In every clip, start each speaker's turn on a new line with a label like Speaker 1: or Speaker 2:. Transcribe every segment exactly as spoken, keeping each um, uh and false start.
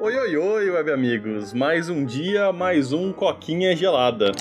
Speaker 1: Oi, oi, oi, web amigos. Mais um dia, mais um coquinha gelada.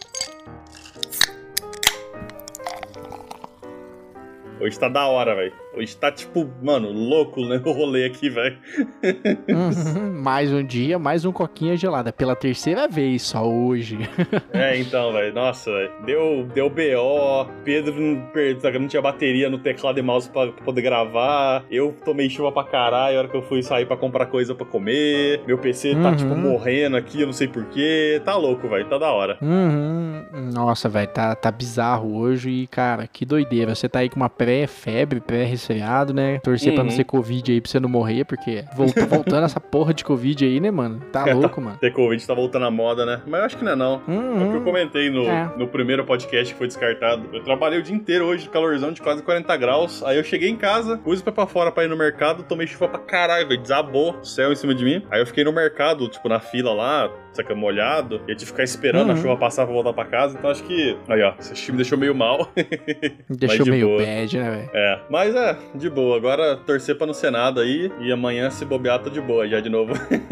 Speaker 1: Hoje tá da hora, velho. Hoje tá, tipo, mano, louco, né? O rolê aqui, velho.
Speaker 2: Uhum, mais um dia, mais um coquinha gelada. Pela terceira vez só hoje.
Speaker 1: É, então, velho. Nossa, velho. Deu, deu B O. Pedro não, não tinha bateria no teclado e mouse pra, pra poder gravar. Eu tomei chuva pra caralho a hora que eu fui sair pra comprar coisa pra comer. Meu P C tá, uhum. tipo, morrendo aqui, eu não sei porquê. Tá louco, velho. Tá da hora.
Speaker 2: Uhum. Nossa, velho. Tá, tá bizarro hoje e, cara, que doideira. Você tá aí com uma pré-febre, pré-resfriado, né? Torcer uhum. pra não ser Covid aí, pra você não morrer, porque voltou, voltando essa porra de Covid aí, né, mano? Tá louco, mano.
Speaker 1: Ter Covid tá voltando à moda, né? Mas eu acho que não é não.
Speaker 2: Uhum.
Speaker 1: É o que eu comentei no,
Speaker 2: é.
Speaker 1: no primeiro podcast que foi descartado. Eu trabalhei o dia inteiro hoje, calorzão de quase quarenta graus. Aí eu cheguei em casa, pus o pé pra fora pra ir no mercado, tomei chuva pra caralho, velho. Desabou o céu em cima de mim. Aí eu fiquei no mercado, tipo, na fila lá, saca, molhado. E eu tive que ficar esperando uhum. a chuva passar pra voltar pra casa. Então acho que... Aí, ó, esse time me deixou meio mal.
Speaker 2: Deixou meio
Speaker 1: boa.
Speaker 2: bad, né, velho?
Speaker 1: É, mas é, de boa. Agora torcer pra não ser nada aí. E amanhã se bobear, tô de boa já de novo.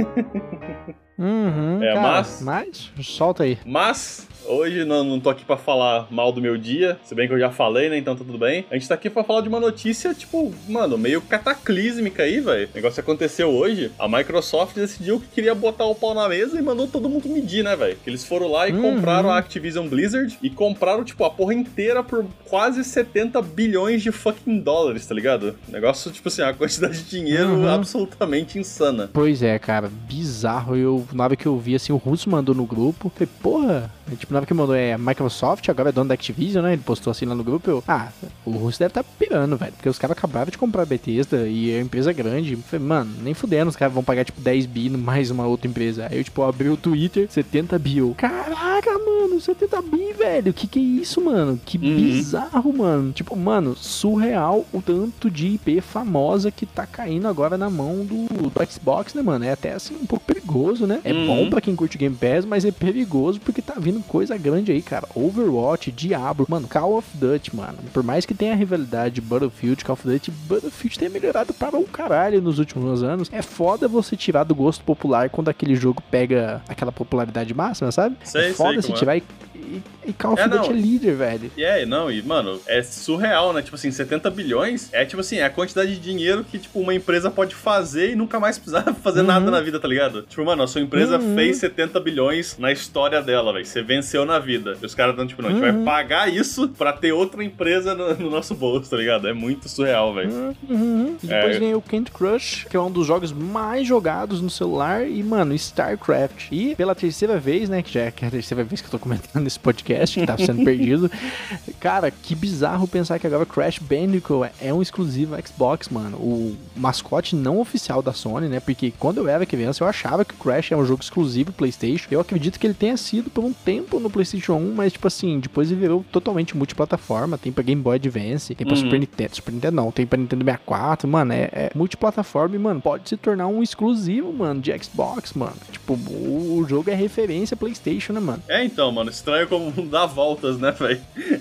Speaker 2: Uhum,
Speaker 1: é,
Speaker 2: cara,
Speaker 1: mas...
Speaker 2: Mas, solta aí.
Speaker 1: Mas... Hoje não, não tô aqui pra falar mal do meu dia, se bem que eu já falei, né, então tá tudo bem. A gente tá aqui pra falar de uma notícia, tipo, mano, meio cataclísmica aí, velho. O negócio aconteceu hoje, a Microsoft decidiu que queria botar o pau na mesa e mandou todo mundo medir, né, velho? Que eles foram lá e uhum. compraram a Activision Blizzard e compraram, tipo, a porra inteira por quase setenta bilhões de fucking dólares, tá ligado? Negócio, tipo assim, uma quantidade de dinheiro uhum. absolutamente insana.
Speaker 2: Pois é, cara, bizarro. Eu, na hora que eu vi, assim, o Russo mandou no grupo, falei, porra, tipo, na hora que mandou é Microsoft, agora é dono da Activision, né? Ele postou assim lá no grupo. Eu, ah, o Russo deve estar tá pirando, velho. Porque os caras acabaram de comprar a Bethesda e é uma empresa grande. Eu falei, mano, nem fudendo, os caras vão pagar tipo dez bi mais uma outra empresa. Aí eu, tipo, abri o Twitter, setenta bi. Eu, caraca, mano, setenta bi, velho. Que que é isso, mano? Que uhum. bizarro, mano. Tipo, mano, surreal o tanto de I P famosa que tá caindo agora na mão do, do Xbox, né, mano? É até assim um pouco perigoso, né? É uhum. bom pra quem curte Game Pass, mas é perigoso porque tá vindo coisa grande aí, cara. Overwatch, Diablo, mano, Call of Duty, mano. Por mais que tenha a rivalidade de Battlefield, Call of Duty, Battlefield tem melhorado para um caralho nos últimos anos. É foda você tirar do gosto popular quando aquele jogo pega aquela popularidade máxima, sabe?
Speaker 1: Sei,
Speaker 2: é foda
Speaker 1: sei,
Speaker 2: se tirar e, e, e Call of
Speaker 1: é,
Speaker 2: Duty
Speaker 1: não.
Speaker 2: é líder, velho.
Speaker 1: E é, não, e, mano, é surreal, né? Tipo assim, setenta bilhões é, tipo assim, é a quantidade de dinheiro que, tipo, uma empresa pode fazer e nunca mais precisar fazer uhum. nada na vida, tá ligado? Tipo, mano, a sua empresa uhum. fez setenta bilhões na história dela, velho. Você venceu na vida. E os caras dão, tipo, não, a gente uhum. vai pagar isso pra ter outra empresa no, no nosso bolso, tá ligado? É muito surreal, velho.
Speaker 2: Uhum. E depois é... vem o Candy Crush, que é um dos jogos mais jogados no celular, e, mano, StarCraft. E pela terceira vez, né, que já é a terceira vez que eu tô comentando nesse podcast, que tá sendo perdido, cara, que bizarro pensar que agora Crash Bandicoot é um exclusivo Xbox, mano. O mascote não oficial da Sony, né, porque quando eu era criança eu achava que o Crash é um jogo exclusivo PlayStation. Eu acredito que ele tenha sido por um tempo no PlayStation um, mas, tipo assim, depois ele virou totalmente multiplataforma. Tem pra Game Boy Advance, tem pra uhum. Super Nintendo, Super Nintendo não, tem pra Nintendo sessenta e quatro, mano, é, é multiplataforma e, mano, pode se tornar um exclusivo, mano, de Xbox, mano. Tipo, o, o jogo é referência PlayStation, né, mano?
Speaker 1: É, então, mano, estranho como dá voltas, né, velho?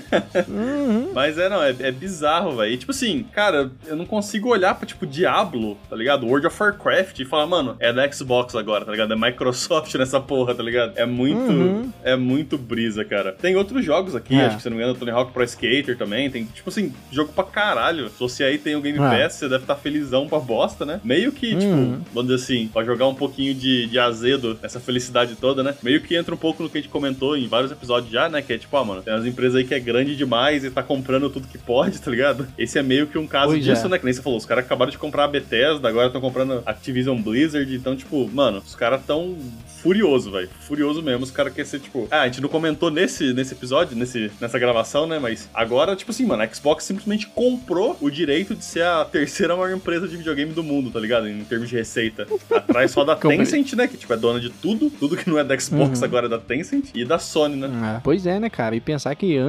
Speaker 1: Uhum. Mas é, não, é, é bizarro, velho. E, tipo assim, cara, eu não consigo olhar pra, tipo, Diablo, tá ligado? World of Warcraft e falar, mano, é da Xbox agora, tá ligado? É Microsoft nessa porra, tá ligado? É muito, uhum. é muito brisa, cara. Tem outros jogos aqui, é. acho que, se não me engano, Tony Hawk Pro Skater também. Tem, tipo assim, jogo pra caralho. Se você aí tem o Game Pass, é. você deve estar tá felizão pra bosta, né? Meio que, uhum. tipo, vamos dizer assim, pra jogar um pouquinho de, de azedo nessa felicidade toda, né? Meio que entra um pouco no que a gente comentou em vários episódios já, né? Que é tipo, ah, mano, tem umas empresas aí que é grande demais e tá comprando tudo que pode, tá ligado? Esse é meio que um caso pois disso, é. né? Que nem você falou, os caras acabaram de comprar a Bethesda, agora estão comprando Activision Blizzard, então, tipo, mano, os caras tão furioso, velho. Furioso mesmo. Os caras querem ser, tipo... Ah, a gente não comentou nesse, nesse episódio, nesse, nessa gravação, né? Mas agora, tipo assim, mano, a Xbox simplesmente comprou o direito de ser a terceira maior empresa de videogame do mundo, tá ligado? Em termos de receita. Atrás só da Tencent, né? Que, tipo, é dona de tudo. Tudo que não é da Xbox uhum. agora é da Tencent. E da Sony, né?
Speaker 2: Ah, pois é, né, cara? E pensar que antes dessa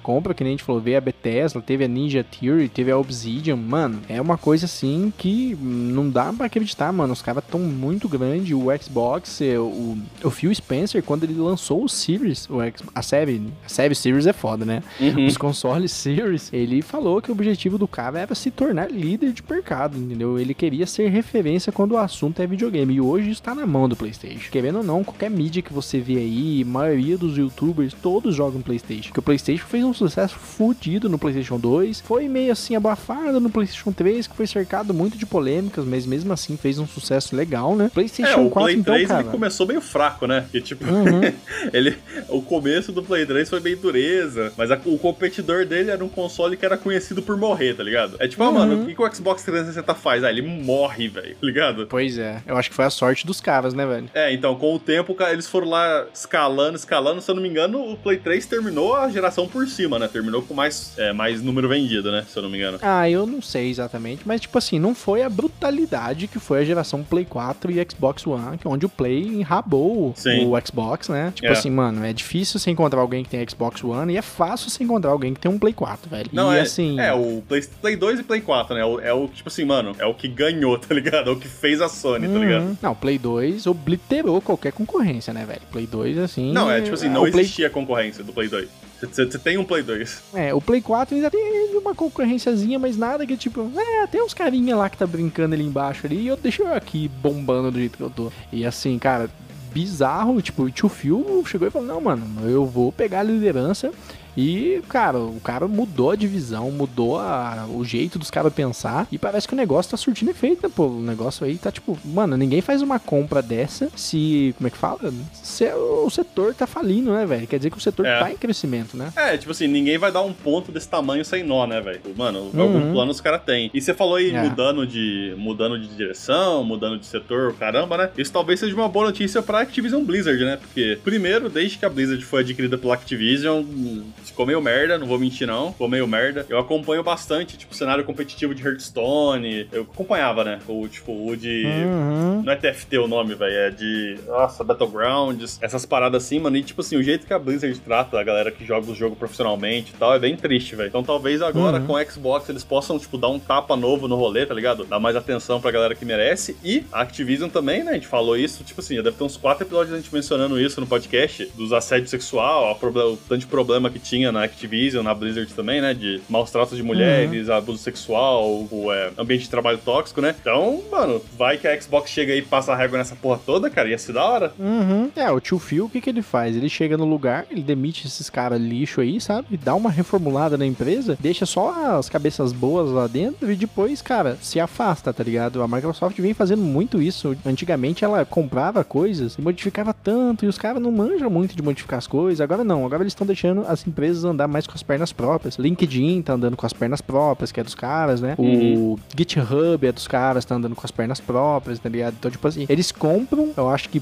Speaker 2: compra, que nem a gente falou, veio a Bethesda, teve a Ninja Theory, teve a Obsidian, mano, é uma coisa assim que não dá pra acreditar, mano, os caras tão muito grande, o Xbox, o, o Phil Spencer, quando ele lançou o Series, o X, a série, a série Series é foda, né? Uhum. Os consoles Series, ele falou que o objetivo do cara era se tornar líder de mercado, entendeu? Ele queria ser referência quando o assunto é videogame, e hoje está na mão do PlayStation. Querendo ou não, qualquer mídia que você vê aí, a maioria dos YouTubers, todos jogam PlayStation, porque o PlayStation fez um sucesso fodido no PlayStation dois, foi meio assim abafado no PlayStation três, que foi cercado muito de polêmicas, mas mesmo assim fez um sucesso legal, né? PlayStation
Speaker 1: é, o
Speaker 2: quatro,
Speaker 1: Play três
Speaker 2: então, cara,
Speaker 1: ele começou meio fraco, né? Porque, tipo,
Speaker 2: uhum.
Speaker 1: ele, o começo do Play três foi bem dureza, mas a, o competidor dele era um console que era conhecido por morrer, tá ligado? É tipo, uhum. ah, mano, o que, que o Xbox trezentos e sessenta faz? Ah, ele morre, velho, tá ligado?
Speaker 2: Pois é, eu acho que foi a sorte dos caras, né, velho?
Speaker 1: É, então, com o tempo, eles foram lá escalando, escalando, se eu não me engano, o Play três terminou a geração por cima, né? Terminou com mais, é, mais número vendido, né? Se eu não me engano.
Speaker 2: Ah, eu não sei exatamente, mas, tipo assim, não foi a brutalidade que foi a geração Play quatro e Xbox One, que onde o Play enrabou Sim. o Xbox, né? Tipo é. assim, mano, é difícil você encontrar alguém que tem Xbox One e é fácil você encontrar alguém que tem um Play quatro, velho.
Speaker 1: Não,
Speaker 2: e
Speaker 1: é,
Speaker 2: assim...
Speaker 1: É, o Play, Play dois e Play quatro, né? É o, é o, tipo assim, mano, é o que ganhou, tá ligado? É o que fez a Sony,
Speaker 2: uhum.
Speaker 1: tá ligado?
Speaker 2: Não, o Play dois obliterou qualquer concorrência, né, velho? Play dois, assim...
Speaker 1: Não, é tipo assim, não
Speaker 2: é,
Speaker 1: existia
Speaker 2: Play...
Speaker 1: concorrência do Play dois. Você tem um Play dois.
Speaker 2: É, o Play quatro ainda tem uma concorrênciazinha, mas nada que tipo, é, tem uns carinha lá que tá brincando ali embaixo ali, e eu deixo eu aqui bombando do jeito que eu tô. E assim, cara, bizarro, tipo, o tio Phil chegou e falou, não, mano, eu vou pegar a liderança. E, cara, o cara mudou a divisão, mudou a, o jeito dos caras pensar, e parece que o negócio tá surtindo efeito, né, pô? O negócio aí tá tipo, mano, ninguém faz uma compra dessa se, como é que fala? Se o setor tá falindo, né, velho? Quer dizer que o setor é. tá em crescimento, né?
Speaker 1: É, tipo assim, ninguém vai dar um ponto desse tamanho sem nó, né, velho? Mano, uhum. algum plano os caras têm. E você falou aí, é. mudando, de, mudando de direção, mudando de setor, caramba, né? Isso talvez seja uma boa notícia pra Activision Blizzard, né? Porque, primeiro, desde que a Blizzard foi adquirida pela Activision, ficou meio merda, não vou mentir não, ficou meio merda. Eu acompanho bastante, tipo, o cenário competitivo de Hearthstone, eu acompanhava, né, o, tipo, o de... Uhum. Não é T F T o nome, velho, é de... Nossa, Battlegrounds, essas paradas assim, mano, e tipo assim, o jeito que a Blizzard trata a galera que joga o jogo profissionalmente e tal, é bem triste, velho. Então talvez agora, uhum. com o Xbox, eles possam, tipo, dar um tapa novo no rolê, tá ligado? Dar mais atenção pra galera que merece, e a Activision também, né, a gente falou isso, tipo assim, já deve ter uns quatro episódios a gente mencionando isso no podcast, dos assédio sexual, o tanto de problema que tinha na Activision, na Blizzard também, né? De maus tratos de mulheres, uhum. abuso sexual, o é, ambiente de trabalho tóxico, né? Então, mano, vai que a Xbox chega aí e passa a régua nessa porra toda, cara, ia ser da hora.
Speaker 2: Uhum. É, o tio Phil, o que que ele faz? Ele chega no lugar, ele demite esses caras lixo aí, sabe? Dá uma reformulada na empresa, deixa só as cabeças boas lá dentro e depois, cara, se afasta, tá ligado? A Microsoft vem fazendo muito isso. Antigamente ela comprava coisas e modificava tanto e os caras não manjam muito de modificar as coisas. Agora não, agora eles estão deixando as empresas andar mais com as pernas próprias. LinkedIn tá andando com as pernas próprias, que é dos caras, né? Uhum. O GitHub é dos caras, tá andando com as pernas próprias, tá ligado? Então, tipo assim, eles compram, eu acho que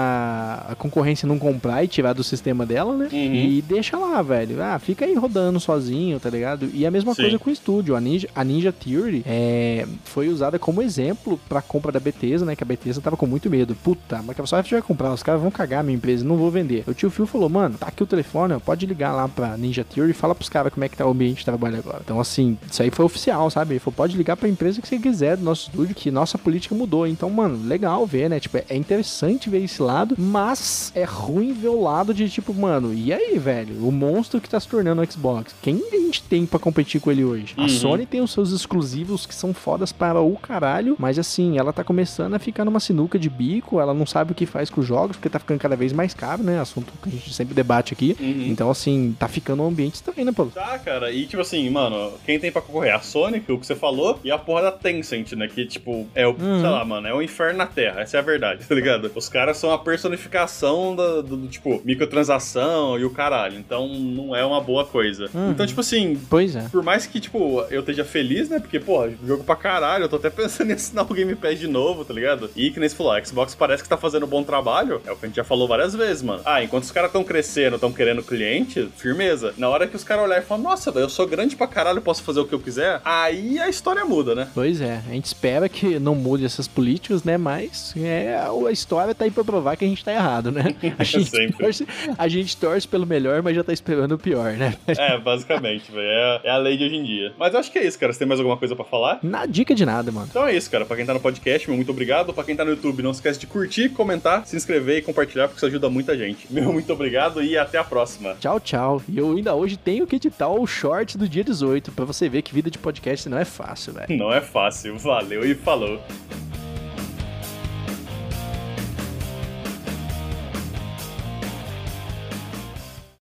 Speaker 2: pra a concorrência não comprar e tirar do sistema dela, né? Uhum. E deixa lá, velho. Ah, fica aí rodando sozinho, tá ligado? E a mesma Sim. coisa com o estúdio. A Ninja, a Ninja Theory é, foi usada como exemplo pra compra da Bethesda, né? Que a Bethesda tava com muito medo. Puta, a Microsoft vai comprar, os caras vão cagar a minha empresa, não vou vender. O tio Phil falou, mano, tá aqui o telefone, ó, pode ligar lá pra Ninja Theory e fala pros caras como é que tá o ambiente de trabalho agora. Então, assim, isso aí foi oficial, sabe? Ele falou, pode ligar pra empresa que você quiser do nosso estúdio, que nossa política mudou. Então, mano, legal ver, né? Tipo, é interessante ver esse lado, mas é ruim ver o lado de, tipo, mano, e aí, velho? O monstro que tá se tornando o Xbox. Quem a gente tem pra competir com ele hoje? Uhum. A Sony tem os seus exclusivos que são fodas para o caralho, mas, assim, ela tá começando a ficar numa sinuca de bico, ela não sabe o que faz com os jogos, porque tá ficando cada vez mais caro, né? Assunto que a gente sempre debate aqui. Uhum. Então, assim, tá ficando um ambiente estranho, né, pô?
Speaker 1: Tá, cara. E, tipo assim, mano, quem tem pra concorrer? A Sony, que é o que você falou, e a porra da Tencent, né? Que, tipo, é o, uhum. sei lá, mano, é o inferno na Terra. Essa é a verdade, tá ligado? Os caras são a personificação do, do, do tipo, microtransação e o caralho. Então, não é uma boa coisa. Uhum. Então, tipo assim,
Speaker 2: pois é.
Speaker 1: Por mais que, tipo, eu esteja feliz, né? Porque, porra, jogo pra caralho, eu tô até pensando em assinar o Game Pass de novo, tá ligado? E que nem você falou, a Xbox parece que tá fazendo um bom trabalho. É o que a gente já falou várias vezes, mano. Ah, enquanto os caras tão crescendo, tão querendo cliente, firmeza. beleza. Na hora que os caras olharem e falam, nossa, velho, eu sou grande pra caralho, posso fazer o que eu quiser, aí a história muda, né?
Speaker 2: Pois é, a gente espera que não mude essas políticas, né? Mas é, a história tá aí pra provar que a gente tá errado, né? A gente, torce, a gente torce pelo melhor, mas já tá esperando o pior, né?
Speaker 1: É, basicamente, velho. É, é a lei de hoje em dia. Mas eu acho que é isso, cara. Você tem mais alguma coisa pra falar?
Speaker 2: Na dica de nada, mano.
Speaker 1: Então é isso, cara. Pra quem tá no podcast, meu muito obrigado. Pra quem tá no YouTube, não esquece de curtir, comentar, se inscrever e compartilhar, porque isso ajuda muita gente. Meu muito obrigado e até a próxima.
Speaker 2: Tchau, tchau. E eu ainda hoje tenho que editar o short do dia dezoito, pra você ver que vida de podcast não é fácil, velho.
Speaker 1: Não é fácil. Valeu e falou.